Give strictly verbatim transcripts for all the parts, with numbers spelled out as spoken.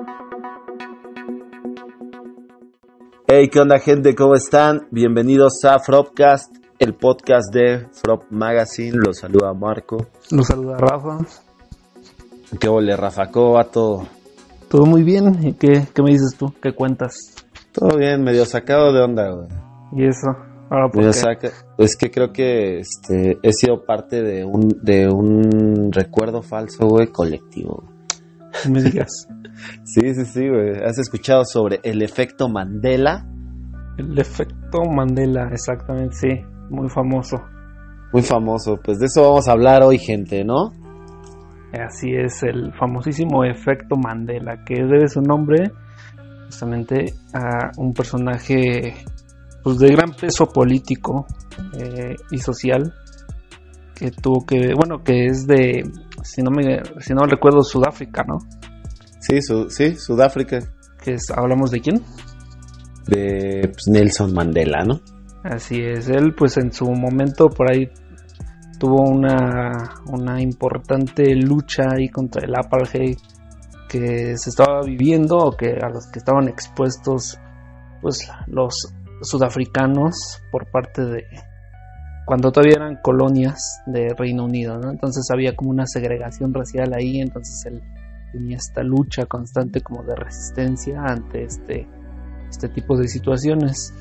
Hey, ¿qué onda, gente? ¿Cómo están? Bienvenidos a Fropcast, el podcast de Frop Magazine. Los saluda Marco. Los saluda Rafa. ¿Qué ole, Rafa? ¿Cómo va todo? Todo muy bien. ¿Y qué, qué me dices tú? ¿Qué cuentas? Todo bien, medio sacado de onda, güey. ¿Y eso? Ahora, ¿por medio qué? Saca... Es que creo que este, he sido parte de un, de un recuerdo falso, güey, colectivo. No me digas. Sí, sí, sí, güey. ¿Has escuchado sobre el efecto Mandela? El efecto Mandela, exactamente, sí. Muy famoso. Muy famoso. Pues de eso vamos a hablar hoy, gente, ¿no? Así es, el famosísimo efecto Mandela, que debe su nombre justamente a un personaje pues de gran peso político eh, y social que tuvo que, bueno, que es de, si no me, si no recuerdo, Sudáfrica, ¿no? Sí, su, sí, Sudáfrica. Que es, ¿hablamos de quién? De pues, Nelson Mandela, ¿no? Así es, él pues en su momento por ahí tuvo una, una importante lucha ahí contra el apartheid que se estaba viviendo, o que a los que estaban expuestos pues los sudafricanos por parte de cuando todavía eran colonias de Reino Unido, ¿no? Entonces había como una segregación racial ahí, entonces él tenía esta lucha constante como de resistencia ante este, este tipo de situaciones.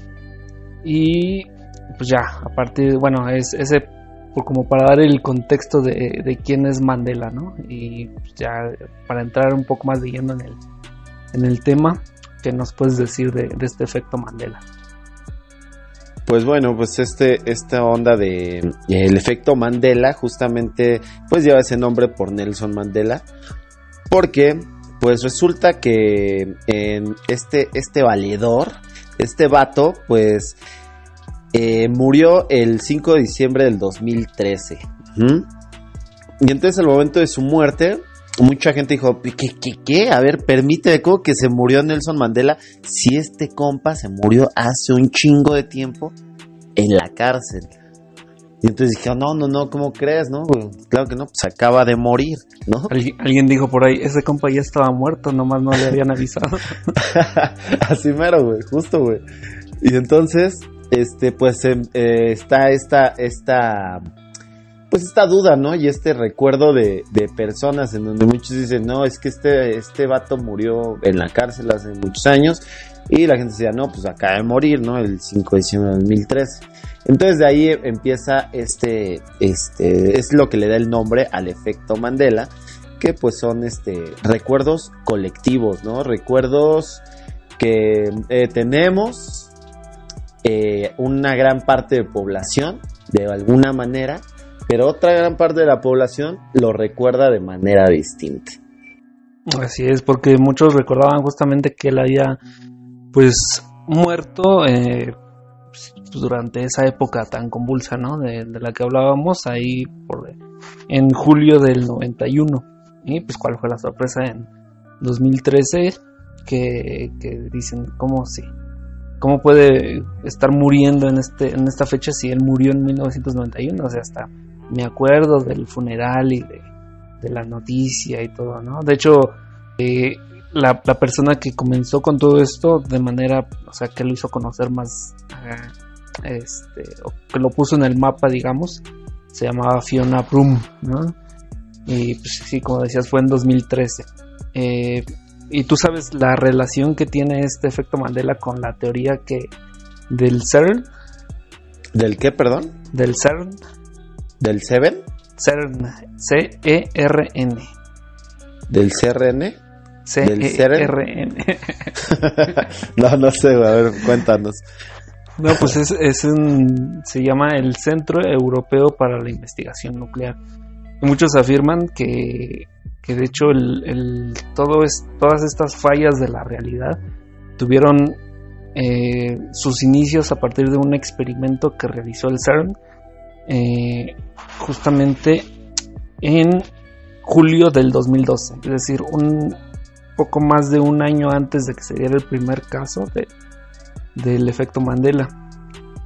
Y pues ya, a partir, bueno, es ese como para dar el contexto de, de quién es Mandela, ¿no? Y pues ya para entrar un poco más de lleno en el, en el tema, ¿qué nos puedes decir de, de este efecto Mandela? Pues bueno, pues este esta onda de el efecto Mandela justamente pues lleva ese nombre por Nelson Mandela, porque pues resulta que en este este valedor, este vato pues eh, murió el cinco de diciembre del dos mil trece. ¿Mm? Y entonces al momento de su muerte mucha gente dijo, ¿qué, qué, qué? A ver, permíteme, ¿cómo que se murió Nelson Mandela? Si este compa se murió hace un chingo de tiempo en la cárcel. Y entonces dije, no, no, no, ¿cómo crees? No, claro que no, pues acaba de morir, ¿no? Alguien, alguien dijo por ahí, ese compa ya estaba muerto, nomás no le habían avisado. Así mero, güey, justo, güey. Y entonces, este, pues eh, está esta, esta... pues esta duda, ¿no? Y este recuerdo de, de personas en donde muchos dicen, no, es que este, este vato murió en la cárcel hace muchos años, y la gente decía, no, pues acaba de morir, ¿no? El cinco de diciembre de dos mil trece. Entonces de ahí empieza este, este, es lo que le da el nombre al efecto Mandela, que pues son este recuerdos colectivos, ¿no? Recuerdos que eh, tenemos eh, una gran parte de población, de alguna manera, pero otra gran parte de la población lo recuerda de manera distinta. Así es, porque muchos recordaban justamente que él había pues muerto eh, pues, durante esa época tan convulsa, ¿no? De, de la que hablábamos ahí por, en julio del noventa y uno. Y pues cuál fue la sorpresa en dos mil trece, que, que dicen, ¿cómo sí? ¿Cómo puede estar muriendo en este en esta fecha si él murió en mil novecientos noventa y uno? O sea, hasta me acuerdo del funeral y de, de la noticia y todo, ¿no? De hecho, eh, la, la persona que comenzó con todo esto de manera, o sea, que lo hizo conocer más, eh, este, o que lo puso en el mapa, digamos, se llamaba Fiona Broom, ¿no? Y pues sí, como decías, fue en dos mil trece. Eh, y tú sabes la relación que tiene este efecto Mandela con la teoría que del CERN. ¿Del qué, perdón? Del CERN. ¿Del Seven? CERN, C E R N. ¿Del C R N? C E R N. No, no sé, a ver, cuéntanos. No, pues es, es un, se llama el Centro Europeo para la Investigación Nuclear. Y muchos afirman que, que de hecho el, el, todo es, todas estas fallas de la realidad tuvieron eh, sus inicios a partir de un experimento que realizó el CERN eh, justamente en julio del dos mil doce, es decir, un poco más de un año antes de que se diera el primer caso de, del efecto Mandela.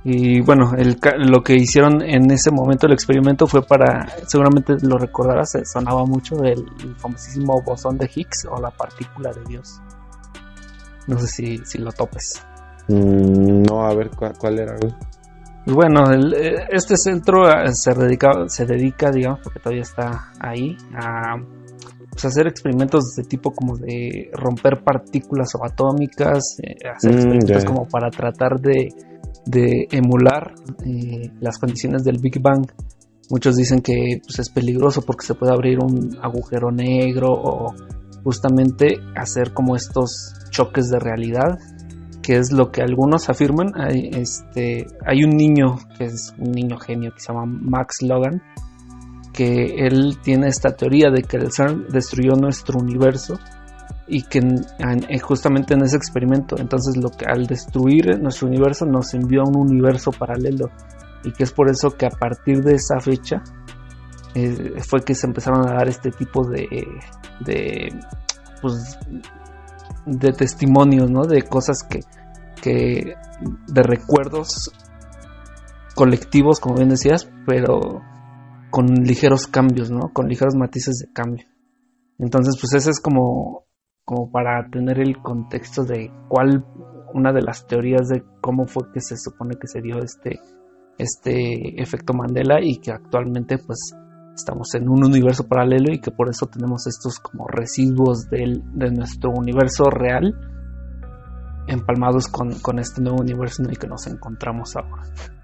Y bueno, el, lo que hicieron en ese momento el experimento fue para, seguramente lo recordarás, sonaba mucho el, el famosísimo bosón de Higgs o la partícula de Dios. No sé si, si lo topes. Mm, no, a ver, ¿cuál, cuál era, güey? Y bueno, el, este centro se dedica, se dedica, digamos, porque todavía está ahí, a pues, hacer experimentos de tipo como de romper partículas subatómicas, eh, hacer mm, experimentos yeah. como para tratar de, de emular eh, las condiciones del Big Bang. Muchos dicen que pues, es peligroso porque se puede abrir un agujero negro o justamente hacer como estos choques de realidad, que es lo que algunos afirman. Hay, este, hay un niño que es un niño genio que se llama Max Logan, que él tiene esta teoría de que el CERN destruyó nuestro universo y que en, en, justamente en ese experimento, entonces lo que al destruir nuestro universo nos envió a un universo paralelo, y que es por eso que a partir de esa fecha eh, fue que se empezaron a dar este tipo de de pues de testimonios, ¿no? De cosas que, que de recuerdos colectivos, como bien decías, pero con ligeros cambios, ¿no? Con ligeros matices de cambio. Entonces, pues ese es como, como para tener el contexto de cuál, una de las teorías de cómo fue que se supone que se dio este, este efecto Mandela, y que actualmente, pues, estamos en un universo paralelo y que por eso tenemos estos como residuos de, de nuestro universo real empalmados con, con este nuevo universo en el que nos encontramos ahora.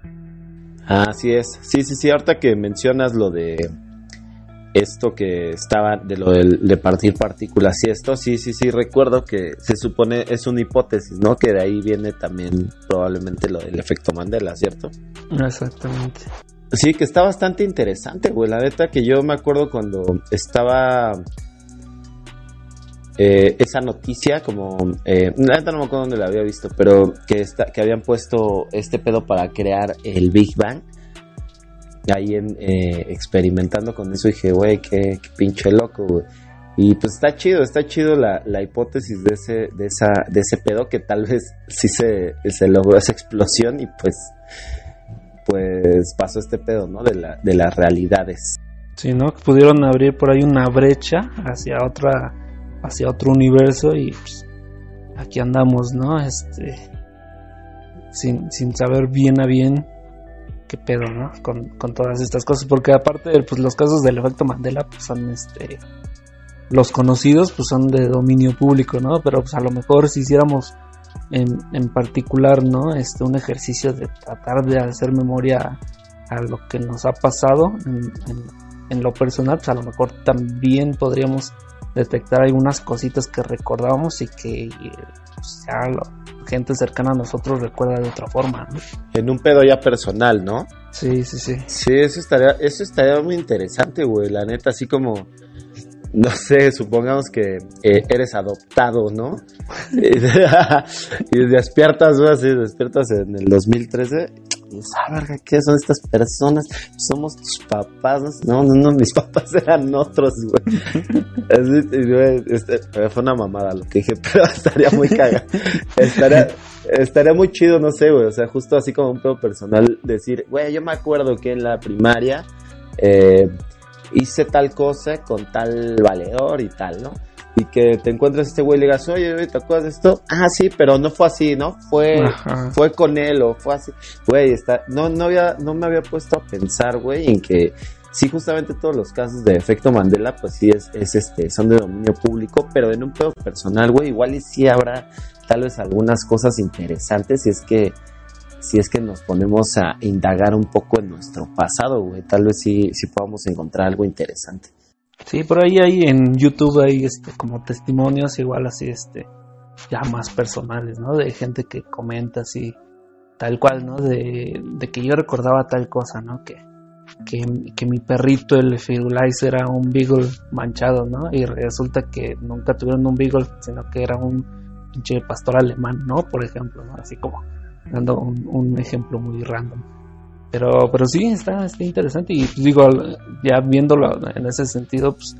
Así es, sí, sí, sí, ahorita que mencionas lo de esto que estaba, de lo de, de partir partículas y esto, sí, sí, sí, recuerdo que se supone, es una hipótesis, ¿no? Que de ahí viene también probablemente lo del efecto Mandela, ¿cierto? Exactamente. Sí, que está bastante interesante, güey. La neta que yo me acuerdo cuando estaba eh, esa noticia, como eh, la neta no me acuerdo dónde la había visto, pero que está, que habían puesto este pedo para crear el Big Bang. Ahí en eh, experimentando con eso, dije, güey, qué, qué pinche loco, güey. Y pues está chido, está chido la, la hipótesis de ese, de esa, de ese pedo, que tal vez sí se, se logró esa explosión y pues pues pasó este pedo, ¿no? De la, de las realidades. Sí, ¿no? Que pudieron abrir por ahí una brecha hacia otra, hacia otro universo, y pues aquí andamos, ¿no? Este, sin, sin saber bien a bien qué pedo, ¿no? Con, con todas estas cosas, porque aparte, pues los casos del efecto Mandela, pues son, este, los conocidos, pues son de dominio público, ¿no? Pero pues a lo mejor si hiciéramos En, en particular, ¿no? Este, un ejercicio de tratar de hacer memoria a lo que nos ha pasado en, en, en lo personal, pues a lo mejor también podríamos detectar algunas cositas que recordábamos y que pues, ya la gente cercana a nosotros recuerda de otra forma, ¿no? En un pedo ya personal, ¿no? Sí, sí, sí. Sí, eso estaría, eso estaría muy interesante, güey, la neta, así como, no sé, supongamos que eh, eres adoptado, ¿no? Y despiertas, güey, así, despiertas en el dos mil trece y dices, ah, verga, ¿qué son estas personas? Somos tus papás, ¿no? No, no, mis papás eran otros, güey. Así, güey, este, fue una mamada lo que dije, pero estaría muy cagado. Estaría, estaría muy chido, no sé, güey, o sea, justo así como un pedo personal, decir, güey, yo me acuerdo que en la primaria, eh, hice tal cosa con tal valedor y tal, ¿no? Y que te encuentres este güey y le digas, oye, ¿te acuerdas de esto? Ah, sí, pero no fue así, ¿no? Fue, fue con él o fue así. Güey, está, no, no había, no me había puesto a pensar, güey, en que sí, justamente todos los casos de efecto Mandela, pues sí es, es este, son de dominio público, pero en un pedo personal, güey, igual y sí habrá tal vez algunas cosas interesantes si es que si es que nos ponemos a indagar un poco en nuestro pasado, güey, tal vez sí, sí podamos encontrar algo interesante. Sí, por ahí hay en YouTube hay este como testimonios igual así, este, ya más personales, ¿no? De gente que comenta así, tal cual, ¿no? De, de que yo recordaba tal cosa, ¿no? Que, que, que mi perrito, el Firulais, era un beagle manchado, ¿no? Y resulta que nunca tuvieron un beagle, sino que era un pinche pastor alemán, ¿no? Por ejemplo, ¿no? Así como dando un, un ejemplo muy random, pero pero sí está, está interesante. Y pues digo, ya viéndolo en ese sentido, pues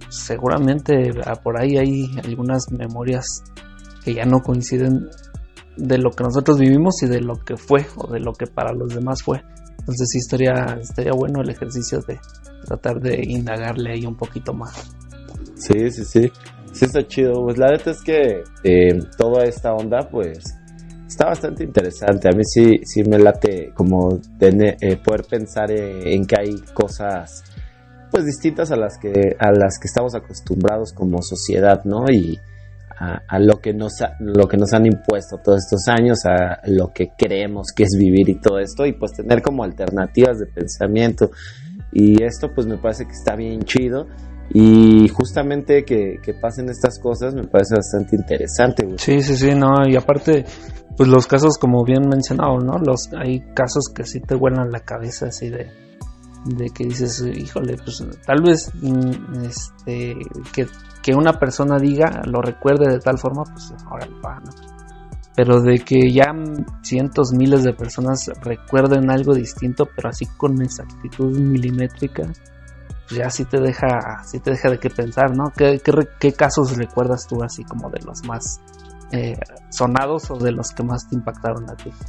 seguramente por ahí hay algunas memorias que ya no coinciden de lo que nosotros vivimos y de lo que fue o de lo que para los demás fue. Entonces sí estaría, estaría bueno el ejercicio de tratar de indagarle ahí un poquito más. Sí, sí, sí. Sí está chido. Pues la neta es que eh, toda esta onda, pues, está bastante interesante. A mí sí, sí me late como tener, eh, poder pensar en, en que hay cosas, pues, distintas a las que, a las que estamos acostumbrados como sociedad, ¿no? Y a, a lo que nos ha, lo que nos han impuesto todos estos años, a lo que creemos que es vivir y todo esto, y pues tener como alternativas de pensamiento. Y esto pues me parece que está bien chido. Y justamente que, que pasen estas cosas me parece bastante interesante, güey. Sí, sí, sí, no, y aparte, pues los casos como bien mencionado, ¿no? Los, hay casos que sí te vuelan la cabeza así de, de que dices, híjole, pues tal vez este que, que una persona diga, lo recuerde de tal forma, pues ahora va, ¿no? Pero de que ya cientos, miles de personas recuerden algo distinto, pero así con exactitud milimétrica, ya sí te deja, sí te deja de qué pensar, ¿no? ¿Qué, qué, qué casos recuerdas tú así como de los más eh, sonados o de los que más te impactaron a ti?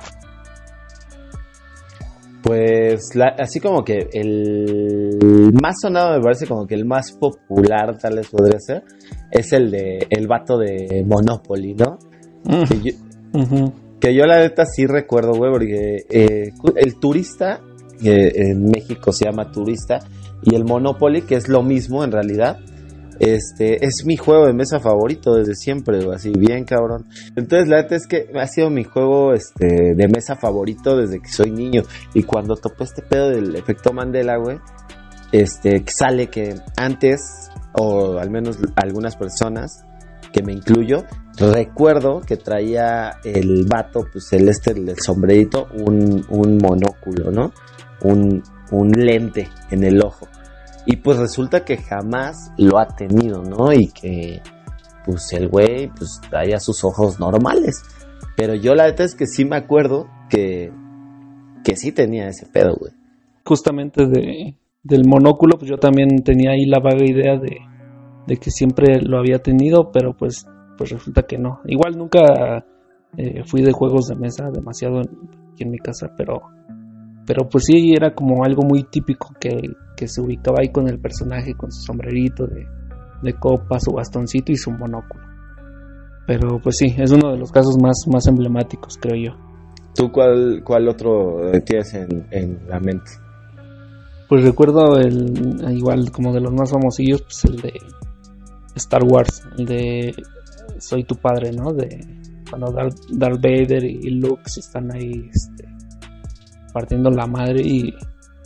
Pues la, así como que el más sonado me parece como que el más popular tal vez podría ser, es el de el vato de Monopoly, ¿no? Mm. Que, yo, uh-huh. que yo la neta sí recuerdo, güey, porque eh, el turista, eh, en México se llama turista, y el Monopoly, que es lo mismo en realidad, este es mi juego de mesa favorito desde siempre, güey, así bien cabrón. Entonces la neta es que ha sido mi juego este de mesa favorito desde que soy niño. Y cuando topé este pedo del efecto Mandela, güey, este sale que antes, o al menos algunas personas, que me incluyo, recuerdo que traía el vato, pues el este, el sombrerito, un, un monóculo, ¿no? Un, un lente en el ojo. Y pues resulta que jamás lo ha tenido, ¿no? Y que pues el güey pues traía sus ojos normales. Pero yo la neta es que sí me acuerdo que, que sí tenía ese pedo, güey. Justamente de, del monóculo, pues yo también tenía ahí la vaga idea de, de que siempre lo había tenido, pero pues, pues resulta que no. Igual nunca eh, fui de juegos de mesa demasiado en, aquí en mi casa, pero... Pero pues sí, era como algo muy típico que, que se ubicaba ahí con el personaje, con su sombrerito de, de copa, su bastoncito y su monóculo. Pero pues sí, es uno de los casos más, más emblemáticos, creo yo. ¿Tú cuál, cuál otro tienes en, en la mente? Pues recuerdo el, igual como de los más famosillos, pues el de Star Wars, el de Soy tu padre, ¿no? De cuando Darth, Darth Vader y Luke están ahí... Este, partiendo la madre y,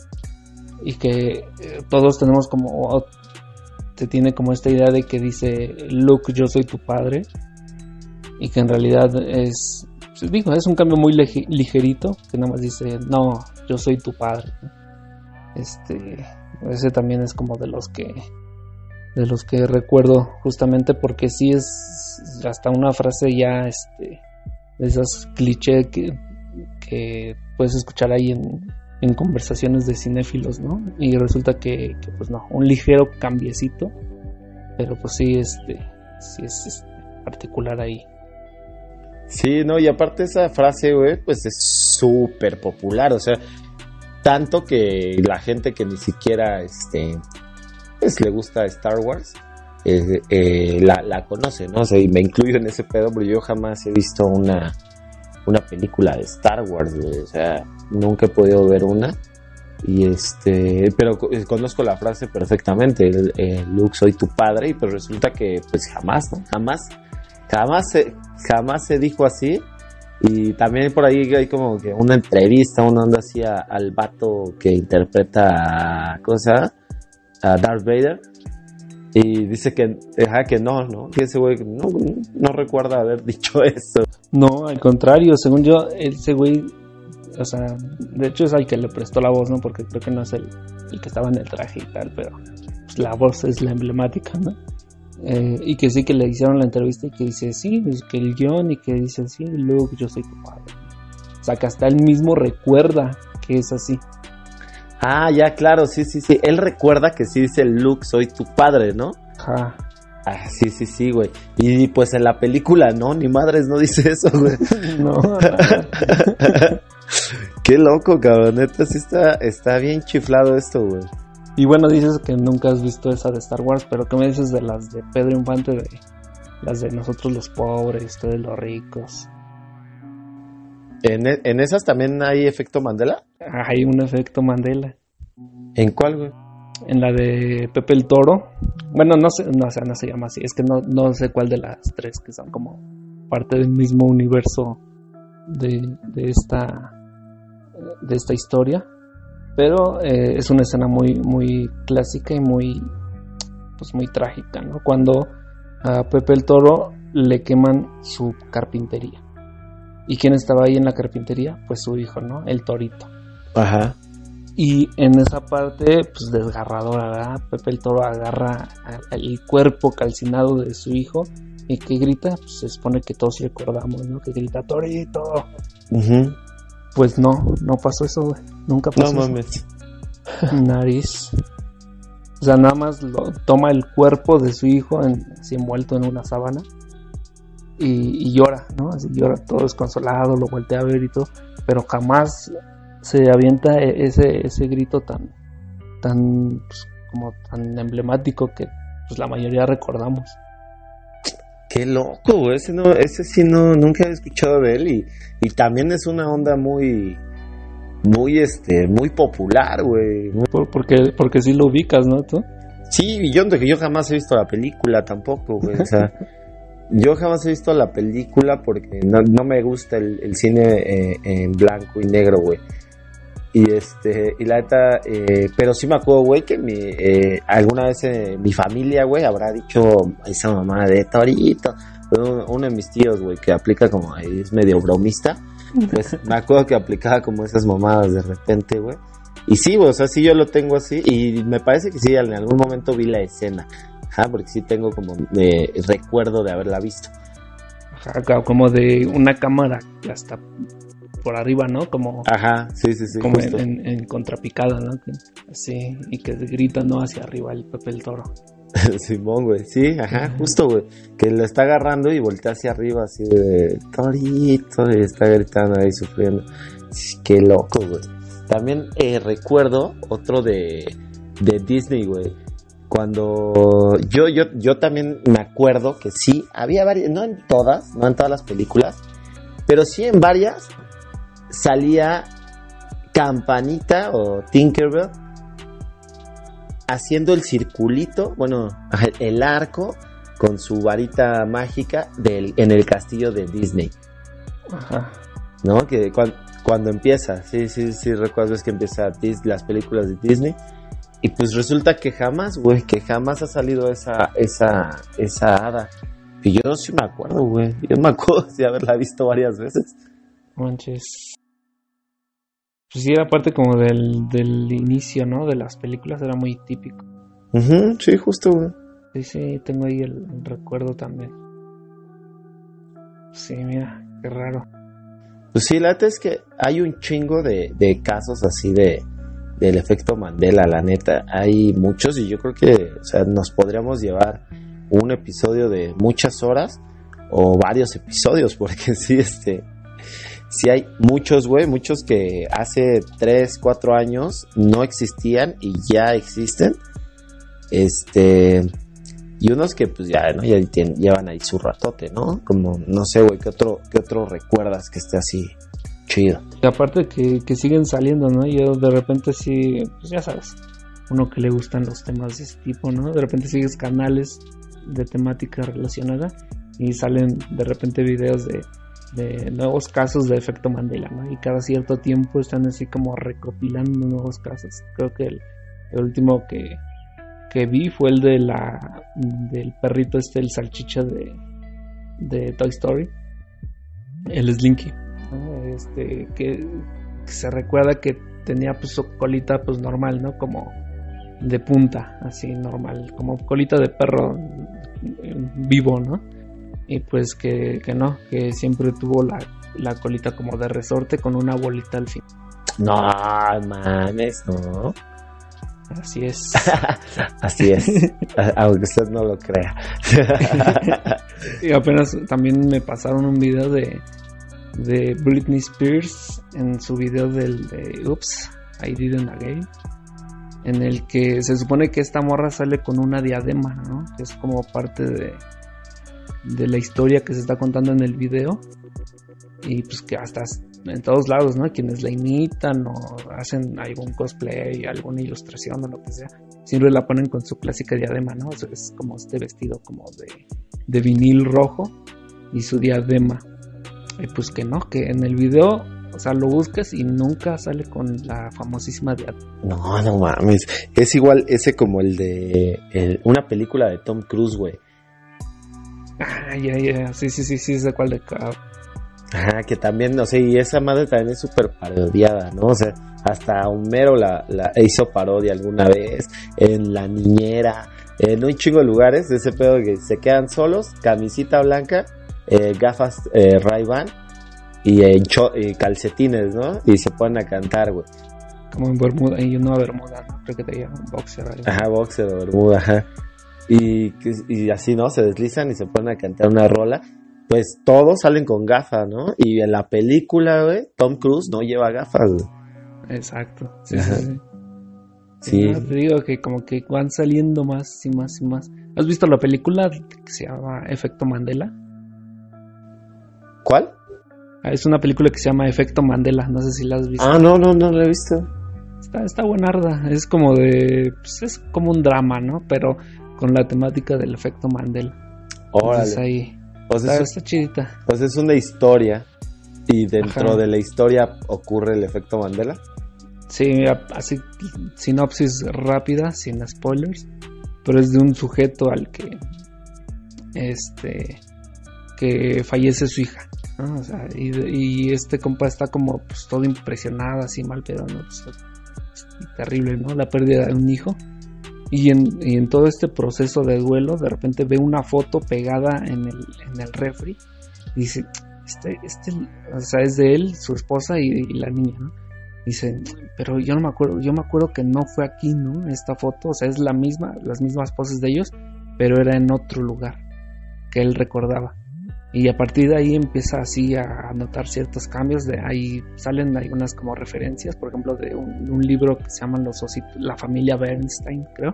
y que eh, todos tenemos como, te tiene como esta idea de que dice Luke, yo soy tu padre, y que en realidad es, pues digo, es un cambio muy leg- ligerito, que nada más dice, no, yo soy tu padre. Este, ese también es como de los que, de los que recuerdo justamente porque sí es hasta una frase ya, este, de esas clichés que, que puedes escuchar ahí en, en conversaciones de cinéfilos, ¿no? Y resulta que, que pues no, un ligero cambiecito, pero pues sí, este, sí es este, particular ahí. Sí, no, y aparte esa frase, güey, pues es súper popular, o sea, tanto que la gente que ni siquiera, este, pues le gusta Star Wars, eh, eh, la, la conoce, ¿no? O sea, y me incluyo en ese pedo, pero yo jamás he visto una una película de Star Wars, güey. O sea, nunca he podido ver una, y este, pero conozco la frase perfectamente, el, el Luke, soy tu padre, y pues resulta que pues jamás, ¿no? Jamás, jamás se, jamás se dijo así. Y también por ahí hay como que una entrevista, una onda así a, al vato que interpreta a, ¿cómo se llama? A Darth Vader. Y dice que, ajá, que no, ¿no? Que ese güey no, no recuerda haber dicho eso. No, al contrario, según yo, ese güey, o sea, de hecho es al que le prestó la voz, ¿no? Porque creo que no es el, el que estaba en el traje y tal, pero pues, la voz es la emblemática, ¿no? Eh, y que sí que le hicieron la entrevista y que dice, sí, pues, que el guión, y que dice, sí, Luke, yo soy tu padre. O sea, que hasta él mismo recuerda que es así. Ah, ya, claro, sí, sí, sí. Él recuerda que sí dice Luke, soy tu padre, ¿no? Ajá. Ah, sí, sí, sí, güey. Y pues en la película, no, ni madres no dice eso, güey. No. Qué loco, cabrón. Neta, sí está, está bien chiflado esto, güey. Y bueno, dices que nunca has visto esa de Star Wars, pero ¿qué me dices de las de Pedro Infante, de las de nosotros los pobres, ustedes los ricos? ¿En, en esas también hay efecto Mandela? Hay un efecto Mandela. ¿En cuál, güey? En la de Pepe el Toro. Bueno, no sé, no, o sea, no se llama así. Es que no, no sé cuál de las tres que son como parte del mismo universo de, de esta de esta historia. Pero eh, es una escena muy, muy clásica y muy, pues muy trágica, ¿no? Cuando a Pepe el Toro le queman su carpintería. ¿Y quién estaba ahí en la carpintería? Pues su hijo, ¿no? El Torito. Ajá. Y en esa parte, pues desgarradora, ¿verdad? Pepe el Toro agarra el cuerpo calcinado de su hijo y que grita, pues se supone que todos recordamos, ¿no? Que grita Torito. Uh-huh. Pues no, no pasó eso, güey. Nunca pasó no, eso. Mames. Nariz. O sea, nada más lo, toma el cuerpo de su hijo en, así envuelto en una sábana y, y llora, ¿no? Así llora todo desconsolado, lo voltea a ver y todo, pero jamás se avienta ese ese grito tan tan pues, como tan emblemático que pues la mayoría recordamos. Qué loco, güey. Ese no, ese sí no, nunca he escuchado de él y, y también es una onda muy, muy este, muy popular, güey. Por, porque, porque sí lo ubicas, ¿no? ¿Tú? Sí, y yo, yo jamás he visto la película tampoco, güey. O sea, yo jamás he visto la película porque no, no me gusta el, el cine eh, en blanco y negro, güey. Y este, y la neta, eh, pero sí me acuerdo, güey, que mi, eh, alguna vez eh, mi familia, güey, habrá dicho esa mamá de Torito. Uno, uno de mis tíos, güey, que aplica como, es medio bromista, pues me acuerdo que aplicaba como esas mamadas de repente, güey. Y sí, güey, o sea, sí yo lo tengo así, y me parece que sí, en algún momento vi la escena, ajá, porque sí tengo como eh, recuerdo de haberla visto. Ajá, como de una cámara que hasta por arriba, ¿no? Como, ajá, sí, sí, sí. Como en, en, en contrapicada, ¿no? Así, y que grita, ¿no? Hacia arriba el Pepe el Toro. Simón, güey, sí, ajá, justo, güey, que lo está agarrando y voltea hacia arriba, así de Torito, y está gritando ahí, sufriendo. Qué loco, güey. También eh, recuerdo otro de, de Disney, güey. Cuando yo, yo, yo también me acuerdo que sí, había varias, no en todas, no en todas las películas, pero sí en varias salía Campanita o Tinkerbell haciendo el circulito, bueno, el arco con su varita mágica del, en el castillo de Disney. Ajá. ¿No? Que cuando, cuando empieza, sí, sí, sí, recuerdas que empieza Dis, las películas de Disney. Y pues resulta que jamás, güey, que jamás ha salido esa, esa, esa hada. Y yo sí me acuerdo, güey. Yo me acuerdo de haberla visto varias veces. Manches. Pues sí, era parte como del, del inicio, ¿no? De las películas, era muy típico. Uh-huh, sí, justo, güey. Sí, sí, tengo ahí el, el recuerdo también. Sí, mira, qué raro. Pues sí, la neta es que hay un chingo de, de casos así de del efecto Mandela, la neta. Hay muchos y yo creo que, o sea, nos podríamos llevar un episodio de muchas horas o varios episodios, porque sí, este... Sí hay muchos, güey, muchos que hace tres, cuatro años no existían y ya existen. Este... Y unos que pues ya, ¿no? Ya tienen, llevan ahí su ratote, ¿no? Como, no sé, güey, ¿qué otro, qué otro recuerdas que esté así chido? Y aparte que, que siguen saliendo, ¿no? Yo de repente sí, pues ya sabes, uno que le gustan los temas de ese tipo, ¿no? De repente sigues canales de temática relacionada y salen de repente videos de... de nuevos casos de efecto Mandela, ¿no? Y cada cierto tiempo están así como recopilando nuevos casos. Creo que el, el último que, que vi fue el de la del perrito este, el salchicha de, de Toy Story, el Slinky, ¿no? Este que, que se recuerda que tenía pues su colita pues normal, ¿no? Como de punta, así normal, como colita de perro vivo, ¿no? Y pues que, que no, que siempre tuvo la, la colita como de resorte con una bolita al fin. No, mames, no. Así es. Así es, aunque usted no lo crea. Y apenas también me pasaron un video de, de Britney Spears en su video del de Oops, I Did It Again, en el que se supone que esta morra sale con una diadema, ¿no? Que es como parte de, de la historia que se está contando en el video. Y pues que hasta en todos lados, ¿no? Quienes la imitan o hacen algún cosplay, alguna ilustración o lo que sea, siempre la ponen con su clásica diadema, ¿no? O sea, es como este vestido como de, de vinil rojo y su diadema. Y pues que no, que en el video, o sea, lo buscas y nunca sale con la famosísima diadema. No, no mames. Es igual ese como el de el, una película de Tom Cruise, güey. Ah, ya, ya, sí, sí, sí, sí, sé cuál de cada. Ajá, que también, no sé, y esa madre también es súper parodiada, ¿no? O sea, hasta Homero la, la hizo parodia alguna vez, en La Niñera, en un chingo de lugares, ese pedo que se quedan solos, camisita blanca, eh, gafas eh, Ray-Ban y, eh, cho- y calcetines, ¿no? Y se ponen a cantar, güey. Como en Bermuda, y una Bermuda, ¿no? Creo que te llaman boxer. ¿Verdad? Ajá, boxer o Bermuda, ajá. Y, y así, ¿no? Se deslizan y se ponen a cantar una rola. Pues todos salen con gafas, ¿no? Y en la película, güey, Tom Cruise no lleva gafas, güey. Exacto. Sí, sí, sí. Sí. No, te digo que como que van saliendo más y más y más. ¿Has visto la película que se llama Efecto Mandela? ¿Cuál? Es una película que se llama Efecto Mandela. No sé si la has visto. Ah, no, no, no la he visto. Está, está buenarda. Es como de... Pues es como un drama, ¿no? Pero con la temática del efecto Mandela. Órale. Entonces ahí... O sea, está, es, está chidita. Pues es una historia y dentro Ajá. de la historia ocurre el efecto Mandela. Sí, así sinopsis rápida, sin spoilers, pero es de un sujeto al que este que fallece su hija, ¿no? O sea, y, y este compa está como pues todo impresionado, así mal pedo, ¿no? Pues, terrible, ¿no? La pérdida de un hijo. Y en, y en todo este proceso de duelo, de repente ve una foto pegada en el, en el refri y dice, este, este, o sea, es de él, su esposa y, y la niña, ¿no? Dice, pero yo no me acuerdo, yo me acuerdo que no fue aquí, ¿no? Esta foto, o sea, es la misma, las mismas poses de ellos, pero era en otro lugar que él recordaba. Y a partir de ahí empieza así a notar ciertos cambios, de ahí salen algunas como referencias, por ejemplo, de un, un libro que se llama Los Ositos, la familia Bernstein, creo,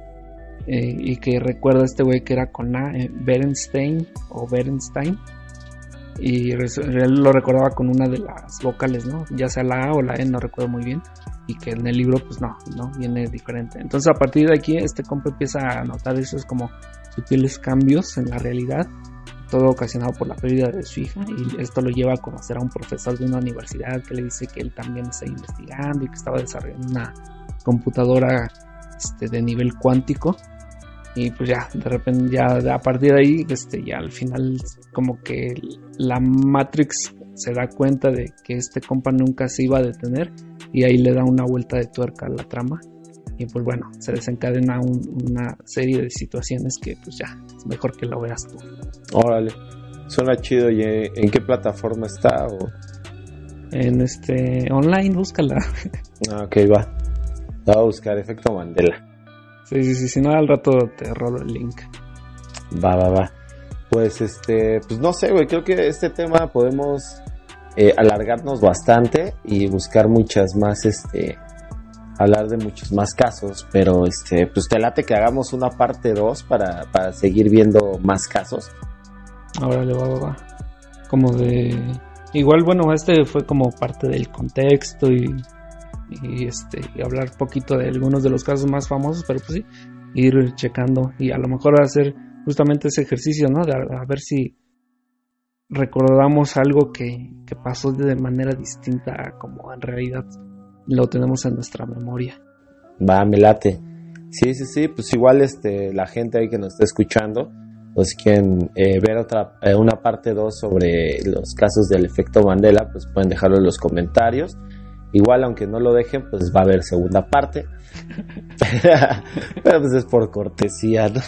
eh, y que recuerda a este güey que era con A, eh, Bernstein o Bernstein, y él lo recordaba con una de las vocales, ¿no? Ya sea la A o la E, no recuerdo muy bien, y que en el libro pues no, no viene diferente. Entonces a partir de aquí este compa empieza a notar esos como sutiles cambios en la realidad, todo ocasionado por la pérdida de su hija, y esto lo lleva a conocer a un profesor de una universidad que le dice que él también está investigando y que estaba desarrollando una computadora este, de nivel cuántico. Y pues ya, de repente, ya a partir de ahí, este, ya al final, como que la Matrix se da cuenta de que este compa nunca se iba a detener, y ahí le da una vuelta de tuerca a la trama. Y pues bueno, se desencadena un, una serie de situaciones que pues ya, es mejor que lo veas tú. Órale, suena chido. ¿Y en qué plataforma está? O... En este, online, búscala. Ah, ok, va. Va a buscar Efecto Mandela. Sí, sí, sí, si no al rato te rolo el link. Va, va, va. Pues este, pues no sé, güey, creo que este tema podemos eh, alargarnos bastante y buscar muchas más, este, hablar de muchos más casos, pero este, pues te late que hagamos una parte dos para, para seguir viendo más casos. Ahora le va, va, va. Como de... Igual, bueno, este fue como parte del contexto y... y este y hablar poquito de algunos de los casos más famosos, pero pues sí, ir checando y a lo mejor hacer justamente ese ejercicio, ¿no? De a, a ver si recordamos algo que, que pasó de manera distinta a como en realidad lo tenemos en nuestra memoria. Va, me late. Sí, sí, sí, pues igual este la gente ahí que nos está escuchando, pues si quieren eh, ver otra eh, una parte dos sobre los casos del efecto Mandela, pues pueden dejarlo en los comentarios. Igual, aunque no lo dejen, pues va a haber segunda parte. Pero pues es por cortesía, ¿no?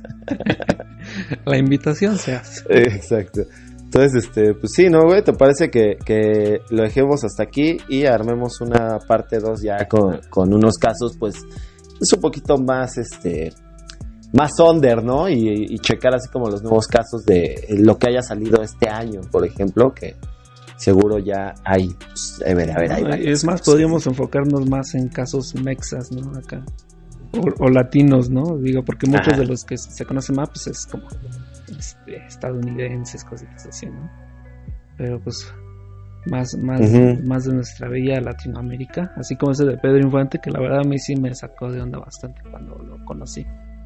La invitación se hace. Exacto. Entonces, este, pues sí, ¿no, güey? ¿Te parece que, que lo dejemos hasta aquí y armemos una parte dos ya con, con unos casos, pues, es un poquito más, este, más under, ¿no? Y, y checar así como los nuevos casos de lo que haya salido este año, por ejemplo, que seguro ya hay, pues, a ver, a ver, hay varios. Es más, podríamos enfocarnos más en casos mexas, ¿no? Acá. O, o latinos, ¿no? Digo, porque muchos Ajá. de los que se conocen más, pues es como este, estadounidenses, cositas así, ¿no? Pero pues más, más, uh-huh. más de nuestra bella Latinoamérica, así como ese de Pedro Infante, que la verdad a mí sí me sacó de onda bastante cuando lo conocí.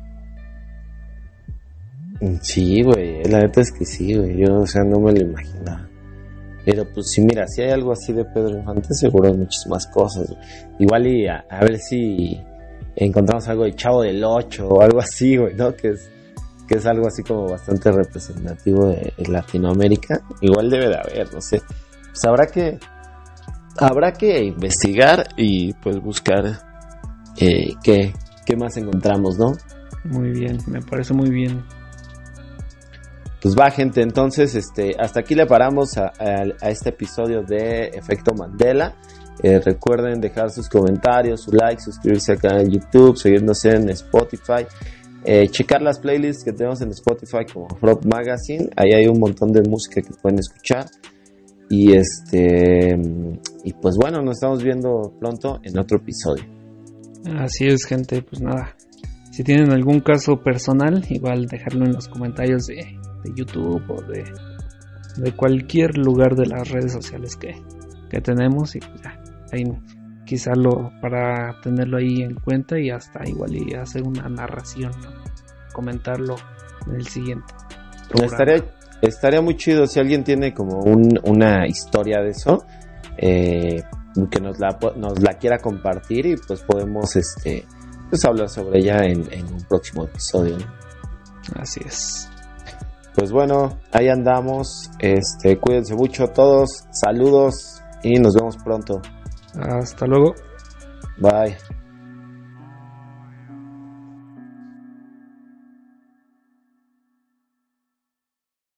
Sí, güey, la neta es que sí, güey, yo, o sea, no me lo imaginaba. Pero pues sí, mira, si hay algo así de Pedro Infante, seguro hay muchas más cosas, güey. Igual y a, a ver si encontramos algo de Chavo del Ocho o algo así, güey, ¿no? Que es, que es algo así como bastante representativo de, de Latinoamérica. Igual debe de haber, no sé. Pues habrá que, habrá que investigar y pues buscar eh, qué, qué más encontramos, ¿no? Muy bien, me parece muy bien. Pues va, gente, entonces este hasta aquí le paramos a, a, a este episodio de Efecto Mandela. Eh, recuerden dejar sus comentarios, su like, suscribirse acá en YouTube, seguirnos en Spotify, eh, checar las playlists que tenemos en Spotify como Rock Magazine. Ahí hay un montón de música que pueden escuchar. Y este y pues bueno, nos estamos viendo pronto en otro episodio. Así es, gente, pues nada. Si tienen algún caso personal, igual dejarlo en los comentarios de, de YouTube o de, de cualquier lugar de las redes sociales que, que tenemos, y pues ya, ahí quizá lo para tenerlo ahí en cuenta y hasta igual y hacer una narración, ¿no? Comentarlo en el siguiente programa. Estaría, estaría muy chido si alguien tiene como un, una historia de eso, eh, que nos la, nos la quiera compartir y pues podemos este pues hablar sobre ella en, en un próximo episodio, ¿no? Así es. Pues bueno, ahí andamos. Este, cuídense mucho todos. Saludos y nos vemos pronto. Hasta luego. Bye.